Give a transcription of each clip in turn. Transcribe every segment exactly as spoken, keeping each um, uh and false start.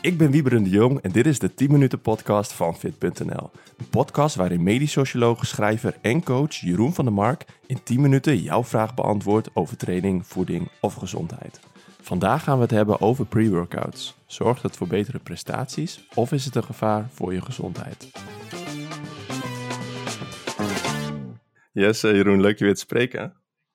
Ik ben Wieberen de Jong en dit is de tien minuten podcast van Fit punt n l. Een podcast waarin medisch socioloog, schrijver en coach Jeroen van der Mark in tien minuten jouw vraag beantwoordt over training, voeding of gezondheid. Vandaag gaan we het hebben over pre-workouts. Zorgt het voor betere prestaties of is het een gevaar voor je gezondheid? Yes, uh, Jeroen, leuk je weer te spreken.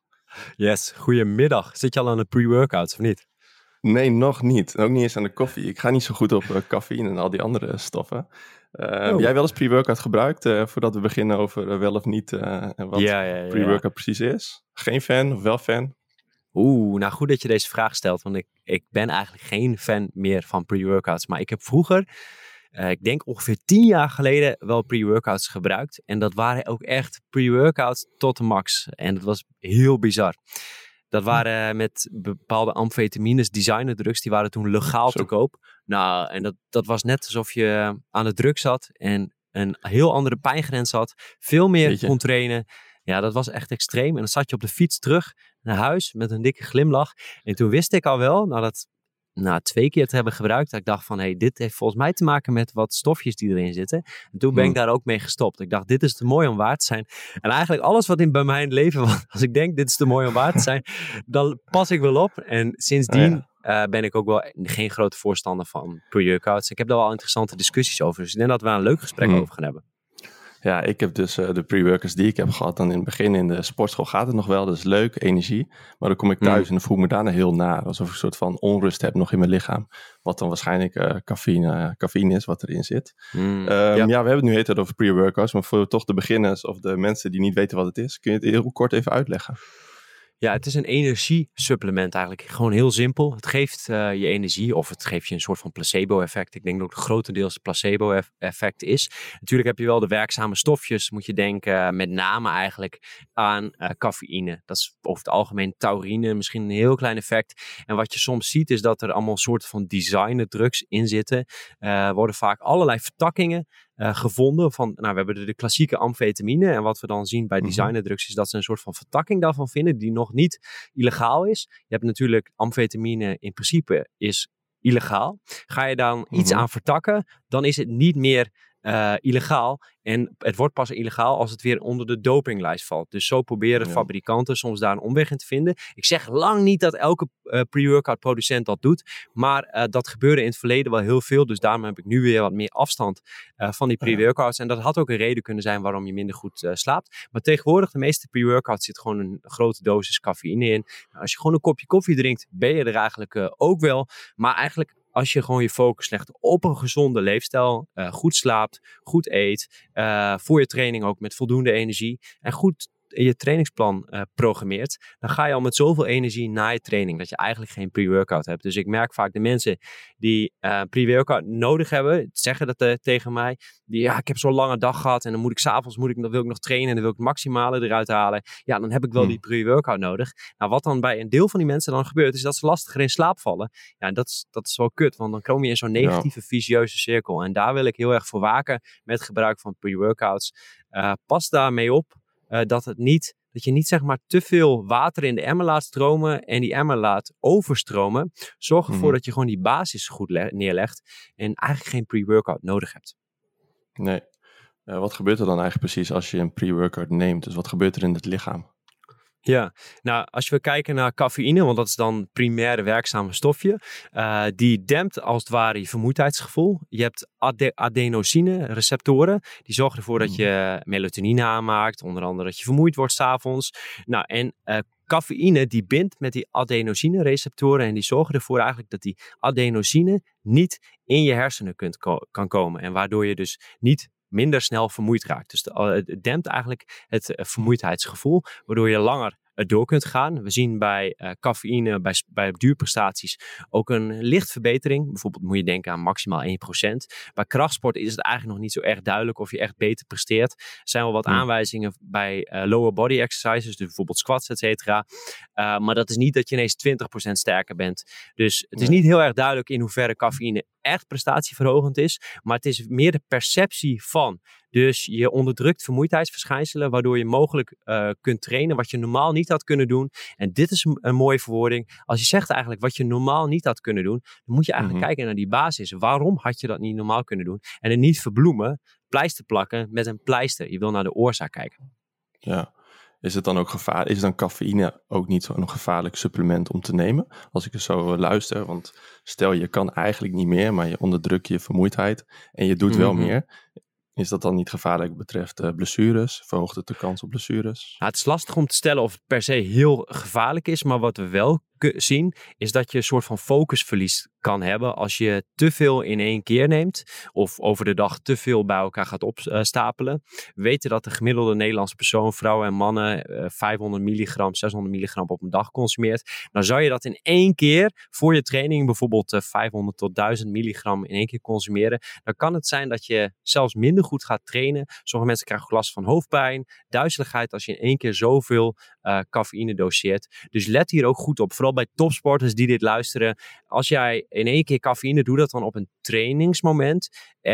Yes, goedemiddag. Zit je al aan de pre-workouts of niet? Nee, nog niet. Ook niet eens aan de koffie. Ik ga niet zo goed op uh, cafeïne en al die andere stoffen. Uh, oh. Heb jij wel eens pre-workout gebruikt uh, voordat we beginnen over uh, wel of niet uh, en wat ja, ja, ja, pre-workout ja. precies is? Geen fan of wel fan? Oeh, nou goed dat je deze vraag stelt, want ik, ik ben eigenlijk geen fan meer van pre-workouts. Maar ik heb vroeger, uh, ik denk ongeveer tien jaar geleden, wel pre-workouts gebruikt. En dat waren ook echt pre-workouts tot de max. En dat was heel bizar. Dat waren met bepaalde amfetamines, designerdrugs, die waren toen legaal Zo. te koop. Nou, en dat, dat was net alsof je aan de drug zat en een heel andere pijngrens had. Veel meer Weet je? kon trainen. Ja, dat was echt extreem. En dan zat je op de fiets terug naar huis met een dikke glimlach. En toen wist ik al wel, nadat na twee keer te hebben gebruikt, dat ik dacht van, hé, hey, dit heeft volgens mij te maken met wat stofjes die erin zitten. En toen ben hmm. ik daar ook mee gestopt. Ik dacht, dit is te mooi om waar te zijn. En eigenlijk alles wat in bij mij in het leven was, als ik denk, dit is te mooi om waar te zijn, dan pas ik wel op. En sindsdien oh ja. uh, ben ik ook wel geen grote voorstander van pre-workouts. Ik heb daar wel interessante discussies over. Dus ik denk dat we daar een leuk gesprek hmm. over gaan hebben. Ja, ik heb dus uh, de pre-workouts die ik heb gehad. Dan in het begin in de sportschool gaat het nog wel. Dat is leuk, energie. Maar dan kom ik thuis mm. en dan voel ik me daarna heel naar. Alsof ik een soort van onrust heb nog in mijn lichaam. Wat dan waarschijnlijk uh, cafeïne, uh, cafeïne is wat erin zit. Mm, um, ja. ja, we hebben het nu heet het over pre-workouts. Maar voor toch de beginners of de mensen die niet weten wat het is. Kun je het heel kort even uitleggen? Ja, het is een energiesupplement eigenlijk. Gewoon heel simpel. Het geeft uh, je energie of het geeft je een soort van placebo-effect. Ik denk dat het grotendeels placebo-effect is. Natuurlijk heb je wel de werkzame stofjes, moet je denken, uh, met name eigenlijk aan uh, cafeïne. Dat is over het algemeen taurine, misschien een heel klein effect. En wat je soms ziet is dat er allemaal soorten van designerdrugs in zitten. Uh, worden vaak allerlei vertakkingen Uh, gevonden van, nou we hebben de, de klassieke amfetamine en wat we dan zien bij designerdrugs is dat ze een soort van vertakking daarvan vinden die nog niet illegaal is. Je hebt natuurlijk amfetamine in principe is illegaal. Ga je dan mm-hmm. iets aan vertakken, dan is het niet meer uh, illegaal en het wordt pas illegaal als het weer onder de dopinglijst valt. Dus zo proberen ja. fabrikanten soms daar een omweg in te vinden. Ik zeg lang niet dat elke uh, pre-workout producent dat doet, maar uh, dat gebeurde in het verleden wel heel veel. Dus daarom heb ik nu weer wat meer afstand uh, van die pre-workouts. En dat had ook een reden kunnen zijn waarom je minder goed uh, slaapt. Maar tegenwoordig, de meeste pre-workouts zit gewoon een grote dosis cafeïne in. Nou, als je gewoon een kopje koffie drinkt, ben je er eigenlijk uh, ook wel. Maar eigenlijk als je gewoon je focus legt op een gezonde leefstijl, uh, goed slaapt, goed eet, uh, voor je training ook met voldoende energie en goed je trainingsplan uh, programmeert, dan ga je al met zoveel energie na je training dat je eigenlijk geen pre-workout hebt. Dus ik merk vaak de mensen die uh, pre-workout nodig hebben, zeggen dat uh, tegen mij, die ja, ik heb zo'n lange dag gehad en dan moet ik s'avonds, moet ik, dan wil ik nog trainen en dan wil ik het maximale eruit halen. Ja, dan heb ik wel hmm. die pre-workout nodig. Nou, wat dan bij een deel van die mensen dan gebeurt, is dat ze lastiger in slaap vallen. Ja, en dat is, dat is wel kut, want dan kom je in zo'n negatieve, ja. visieuze cirkel. En daar wil ik heel erg voor waken met gebruik van pre-workouts. Uh, pas daarmee op. Uh, dat, het niet, dat je niet zeg maar te veel water in de emmer laat stromen en die emmer laat overstromen. Zorg ervoor mm. dat je gewoon die basis goed le- neerlegt en eigenlijk geen pre-workout nodig hebt. Nee. Uh, wat gebeurt er dan eigenlijk precies als je een pre-workout neemt? Dus wat gebeurt er in het lichaam? Ja, nou als we kijken naar cafeïne, want dat is dan primaire werkzame stofje, uh, die dempt als het ware je vermoeidheidsgevoel. Je hebt ade- adenosine receptoren, die zorgen ervoor dat je melatonine aanmaakt, onder andere dat je vermoeid wordt 's avonds. Nou en uh, cafeïne die bindt met die adenosine receptoren en die zorgen ervoor eigenlijk dat die adenosine niet in je hersenen kunt ko- kan komen en waardoor je dus niet minder snel vermoeid raakt. Dus de, uh, het dempt eigenlijk het uh, vermoeidheidsgevoel, waardoor je langer uh, door kunt gaan. We zien bij uh, cafeïne, bij, bij duurprestaties ook een licht verbetering. Bijvoorbeeld moet je denken aan maximaal één procent. Bij krachtsport is het eigenlijk nog niet zo erg duidelijk of je echt beter presteert. Er zijn wel wat hmm. aanwijzingen bij uh, lower body exercises, dus bijvoorbeeld squats, et cetera. Uh, maar dat is niet dat je ineens twintig procent sterker bent. Dus het is niet heel erg duidelijk in hoeverre cafeïne echt prestatieverhogend is, maar het is meer de perceptie van. Dus je onderdrukt vermoeidheidsverschijnselen, waardoor je mogelijk uh, kunt trainen wat je normaal niet had kunnen doen. En dit is een, een mooie verwoording. Als je zegt eigenlijk wat je normaal niet had kunnen doen, dan moet je eigenlijk mm-hmm. kijken naar die basis. Waarom had je dat niet normaal kunnen doen? En het niet verbloemen, pleister plakken met een pleister. Je wil naar de oorzaak kijken. Ja. Is het dan ook gevaarlijk? Is dan cafeïne ook niet zo'n gevaarlijk supplement om te nemen? Als ik er zo luister, want stel je kan eigenlijk niet meer, maar je onderdrukt je vermoeidheid en je doet mm-hmm. wel meer. Is dat dan niet gevaarlijk wat betreft uh, blessures? Verhoogt het de kans op blessures? Nou, het is lastig om te stellen of het per se heel gevaarlijk is, maar wat we wel k- zien, is dat je een soort van focusverlies kan hebben als je te veel in één keer neemt of over de dag te veel bij elkaar gaat opstapelen. We weten dat de gemiddelde Nederlandse persoon, vrouwen en mannen, uh, vijfhonderd milligram, zeshonderd milligram op een dag consumeert. Nou zou je dat in één keer voor je training bijvoorbeeld uh, vijfhonderd tot duizend milligram in één keer consumeren. Dan kan het zijn dat je zelfs minder goed gaat trainen. Sommige mensen krijgen last van hoofdpijn, duizeligheid als je in één keer zoveel uh, cafeïne doseert. Dus let hier ook goed op. Vooral bij topsporters die dit luisteren. Als jij in één keer cafeïne, doe dat dan op een trainingsmoment.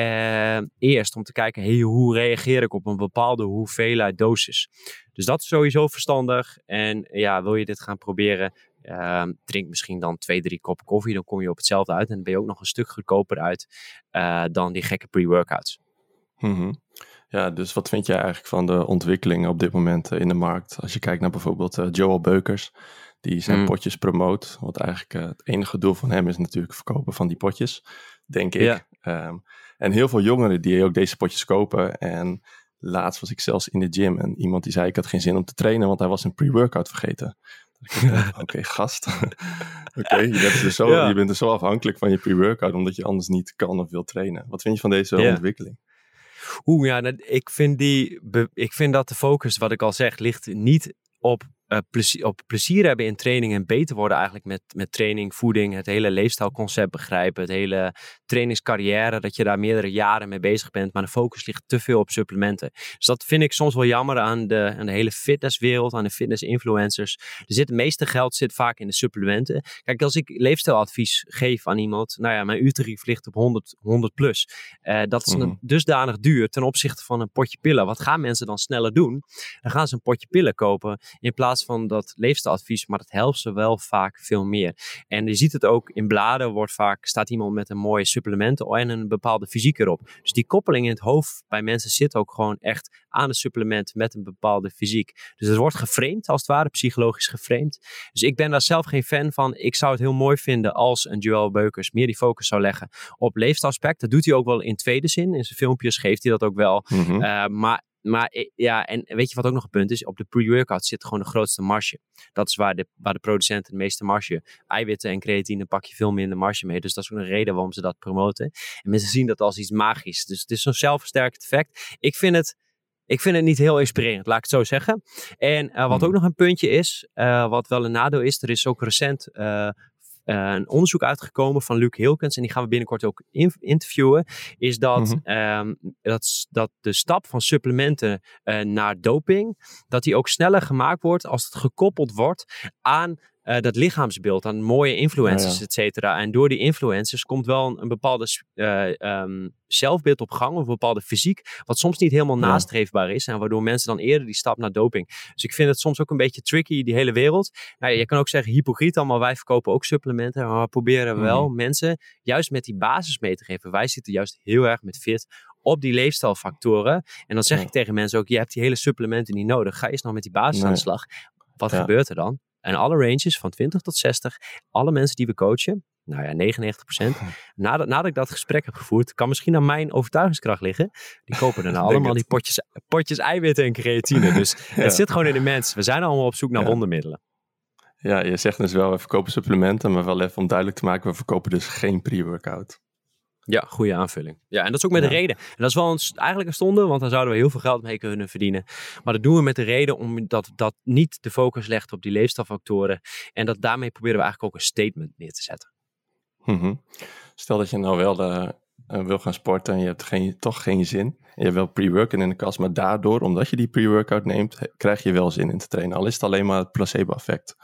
Uh, eerst om te kijken, hey, hoe reageer ik op een bepaalde hoeveelheid dosis. Dus dat is sowieso verstandig. En ja, wil je dit gaan proberen, uh, drink misschien dan twee, drie kop koffie. Dan kom je op hetzelfde uit en dan ben je ook nog een stuk goedkoper uit uh, dan die gekke pre-workouts. Mm-hmm. Ja, dus wat vind jij eigenlijk van de ontwikkelingen op dit moment uh, in de markt? Als je kijkt naar bijvoorbeeld uh, Joel Beukers, die zijn mm. potjes promoot. Wat eigenlijk uh, het enige doel van hem is natuurlijk verkopen van die potjes, denk ik. Ja. Um, en heel veel jongeren die ook deze potjes kopen. En laatst was ik zelfs in de gym en iemand die zei ik had geen zin om te trainen, want hij was een pre-workout vergeten. Oké, okay, gast. Oké, okay, je, dus ja. je bent er zo afhankelijk van je pre-workout, omdat je anders niet kan of wil trainen. Wat vind je van deze ja. ontwikkeling? Oeh, ja, ik vind, die, ik vind dat de focus, wat ik al zeg, ligt niet op, uh, plezier, op plezier hebben in training en beter worden eigenlijk met, met training, voeding, het hele leefstijlconcept begrijpen, het hele trainingscarrière, dat je daar meerdere jaren mee bezig bent, maar de focus ligt te veel op supplementen. Dus dat vind ik soms wel jammer aan de, aan de hele fitnesswereld, aan de fitnessinfluencers. Er zit, het meeste geld zit vaak in de supplementen. Kijk, als ik leefstijladvies geef aan iemand, nou ja, mijn uurtarief ligt op honderd, honderd plus. Uh, dat is mm-hmm. dusdanig duur ten opzichte van een potje pillen. Wat gaan mensen dan sneller doen? Dan gaan ze een potje pillen kopen in plaats van dat leefstijladvies, maar het helpt ze wel vaak veel meer. En je ziet het ook in bladen, wordt vaak, staat iemand met een mooie supplementen en een bepaalde fysiek erop. Dus die koppeling in het hoofd bij mensen zit ook gewoon echt aan een supplement met een bepaalde fysiek. Dus het wordt geframed, als het ware, psychologisch geframed. Dus ik ben daar zelf geen fan van. Ik zou het heel mooi vinden als een Joel Beukers meer die focus zou leggen op leefstijlaspect. Dat doet hij ook wel in tweede zin. In zijn filmpjes geeft hij dat ook wel. Mm-hmm. Uh, maar Maar ja, en weet je wat ook nog een punt is? Op de pre-workout zit gewoon de grootste marge. Dat is waar de, waar de producenten de meeste marge. Eiwitten en creatine pak je veel minder marge mee. Dus dat is ook een reden waarom ze dat promoten. En mensen zien dat als iets magisch. Dus het is zo'n zelfversterkend effect. Ik vind het, ik vind het niet heel inspirerend, laat ik het zo zeggen. En uh, wat ook nog een puntje is, uh, wat wel een nadeel is. Er is ook recent Uh, Uh, een onderzoek uitgekomen van Luc Hilkens, en die gaan we binnenkort ook in- interviewen, is dat, mm-hmm. um, dat, dat de stap van supplementen uh, naar doping, dat die ook sneller gemaakt wordt als het gekoppeld wordt aan Uh, dat lichaamsbeeld, aan mooie influencers, ja, ja. et cetera. En door die influencers komt wel een, een bepaalde uh, um, zelfbeeld op gang, of een bepaalde fysiek, wat soms niet helemaal ja. nastreefbaar is, en waardoor mensen dan eerder die stap naar doping. Dus ik vind het soms ook een beetje tricky, die hele wereld. Nou, je kan ook zeggen, hypocriet allemaal, wij verkopen ook supplementen, maar we proberen mm. wel mensen juist met die basis mee te geven. Wij zitten juist heel erg met fit op die leefstijlfactoren. En dan zeg ja. ik tegen mensen ook, je hebt die hele supplementen niet nodig. Ga eens nou met die basis nee. aan de slag. Wat ja. gebeurt er dan? En alle ranges van twintig tot zestig, alle mensen die we coachen, nou ja, negenennegentig procent. Nadat, nadat ik dat gesprek heb gevoerd, kan misschien aan mijn overtuigingskracht liggen. Die kopen daarna allemaal die potjes, potjes eiwitten en creatine. Dus ja. het zit gewoon in de mens. We zijn allemaal op zoek naar ja. wondermiddelen. Ja, je zegt dus wel, we verkopen supplementen, maar wel even om duidelijk te maken, we verkopen dus geen pre-workout. Ja, goede aanvulling. Ja, en dat is ook met ja. de reden. En dat is wel een, eigenlijk een stonde, want dan zouden we heel veel geld mee kunnen verdienen. Maar dat doen we met de reden omdat dat niet de focus legt op die leefstijlfactoren. En dat daarmee proberen we eigenlijk ook een statement neer te zetten. Mm-hmm. Stel dat je nou wel uh, uh, wil gaan sporten en je hebt geen, toch geen zin. En je hebt wel pre-workout in de kast, maar daardoor, omdat je die pre-workout neemt, krijg je wel zin in te trainen. Al is het alleen maar het placebo-effect.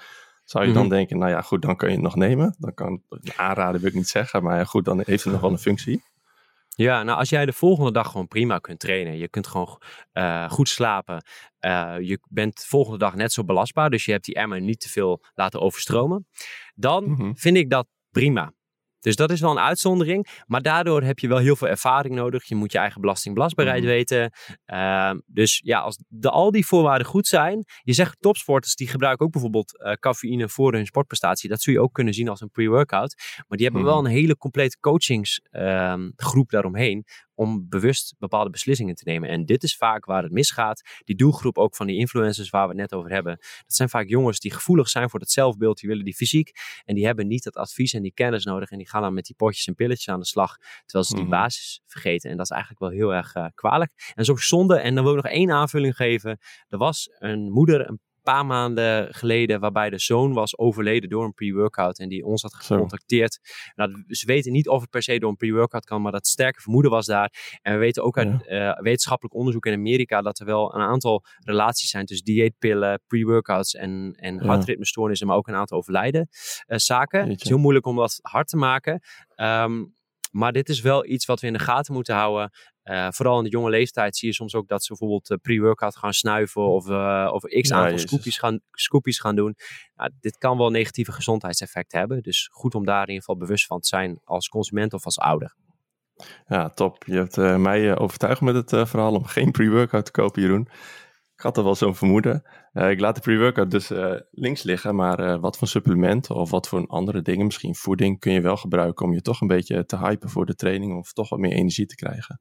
Zou je Mm-hmm. dan denken, nou ja, goed, dan kun je het nog nemen. Dan kan aanraden, wil ik niet zeggen, maar ja, goed, dan heeft het nog wel een functie. Ja, nou als jij de volgende dag gewoon prima kunt trainen. Je kunt gewoon uh, goed slapen. Uh, je bent de volgende dag net zo belastbaar. Dus je hebt die emmer niet te veel laten overstromen. Dan mm-hmm. vind ik dat prima. Dus dat is wel een uitzondering. Maar daardoor heb je wel heel veel ervaring nodig. Je moet je eigen belastingbelastbaarheid mm-hmm. weten. Uh, dus ja, als de, al die voorwaarden goed zijn. Je zegt topsporters die gebruiken ook bijvoorbeeld uh, cafeïne voor hun sportprestatie. Dat zul je ook kunnen zien als een pre-workout. Maar die hebben mm-hmm. wel een hele complete coachingsgroep uh, daaromheen. Om bewust bepaalde beslissingen te nemen. En dit is vaak waar het misgaat. Die doelgroep ook van die influencers waar we het net over hebben. Dat zijn vaak jongens die gevoelig zijn voor het zelfbeeld. Die willen die fysiek. En die hebben niet dat advies en die kennis nodig. En die gaan dan met die potjes en pilletjes aan de slag. Terwijl ze die mm-hmm. basis vergeten. En dat is eigenlijk wel heel erg uh, kwalijk. En zo zonde. En dan wil ik nog één aanvulling geven. Er was een moeder een paar maanden geleden waarbij de zoon was overleden door een pre-workout en die ons had gecontacteerd. Nou, ze weten niet of het per se door een pre-workout kan, maar dat sterke vermoeden was daar. En we weten ook uit ja. uh, wetenschappelijk onderzoek in Amerika dat er wel een aantal relaties zijn tussen dieetpillen, pre-workouts en, en ja. hartritmestoornissen, maar ook een aantal overlijden uh, zaken. Jeetje. Het is heel moeilijk om dat hard te maken. Um, Maar dit is wel iets wat we in de gaten moeten houden. Uh, vooral in de jonge leeftijd zie je soms ook dat ze bijvoorbeeld uh, pre-workout gaan snuiven of, uh, of x aantal ja, scoopies, gaan, scoopies gaan doen. Nou, dit kan wel negatieve gezondheidseffecten hebben. Dus goed om daar in ieder geval bewust van te zijn als consument of als ouder. Ja, top. Je hebt uh, mij uh, overtuigd met het uh, verhaal om geen pre-workout te kopen, Jeroen. Ik had er wel zo'n vermoeden. Uh, ik laat de pre-workout dus uh, links liggen, maar uh, wat voor supplement of wat voor andere dingen, misschien voeding, kun je wel gebruiken om je toch een beetje te hypen voor de training of toch wat meer energie te krijgen?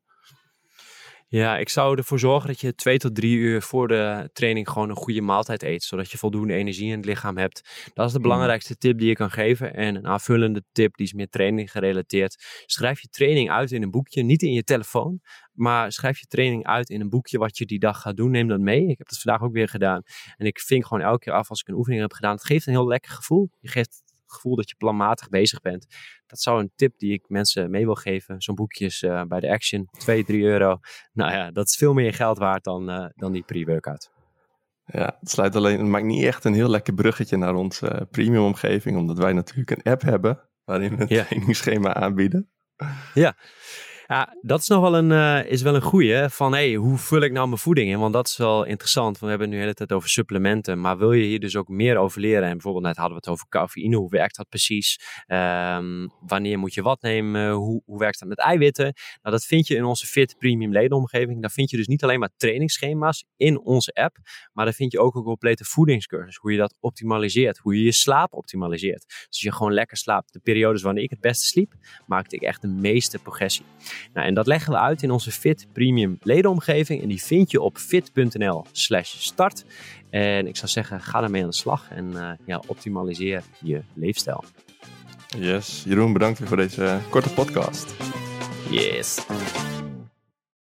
Ja, ik zou ervoor zorgen dat je twee tot drie uur voor de training gewoon een goede maaltijd eet, zodat je voldoende energie in het lichaam hebt. Dat is de belangrijkste tip die je kan geven. En een aanvullende tip, die is meer training gerelateerd. Schrijf je training uit in een boekje, niet in je telefoon, maar schrijf je training uit in een boekje wat je die dag gaat doen. Neem dat mee. Ik heb dat vandaag ook weer gedaan. En ik vink gewoon elke keer af als ik een oefening heb gedaan. Het geeft een heel lekker gevoel. Je geeft het gevoel dat je planmatig bezig bent. Dat zou een tip die ik mensen mee wil geven. Zo'n boekjes uh, bij de Action, twee, drie euro. Nou ja, dat is veel meer geld waard dan, uh, dan die pre-workout. Ja, het sluit alleen, het maakt niet echt een heel lekker bruggetje naar onze uh, premium omgeving, omdat wij natuurlijk een app hebben waarin we een ja. trainingsschema aanbieden. Ja. Ja, dat is nog wel een, uh, is wel een goeie. Van hey, hoe vul ik nou mijn voeding in? Want dat is wel interessant. We hebben het nu de hele tijd over supplementen. Maar wil je hier dus ook meer over leren? En bijvoorbeeld net hadden we het over cafeïne. Hoe werkt dat precies? Um, wanneer moet je wat nemen? Hoe, hoe werkt dat met eiwitten? Nou, dat vind je in onze Fit Premium ledenomgeving. Daar vind je dus niet alleen maar trainingsschema's in onze app. Maar daar vind je ook een complete voedingscursus. Hoe je dat optimaliseert. Hoe je je slaap optimaliseert. Dus als je gewoon lekker slaapt. De periodes wanneer ik het beste sliep, maakte ik echt de meeste progressie. Nou, en dat leggen we uit in onze Fit Premium ledenomgeving. En die vind je op fit.nl slash start. En ik zou zeggen, ga daarmee aan de slag. En uh, ja, optimaliseer je leefstijl. Yes, Jeroen, bedankt weer voor deze uh, korte podcast. Yes.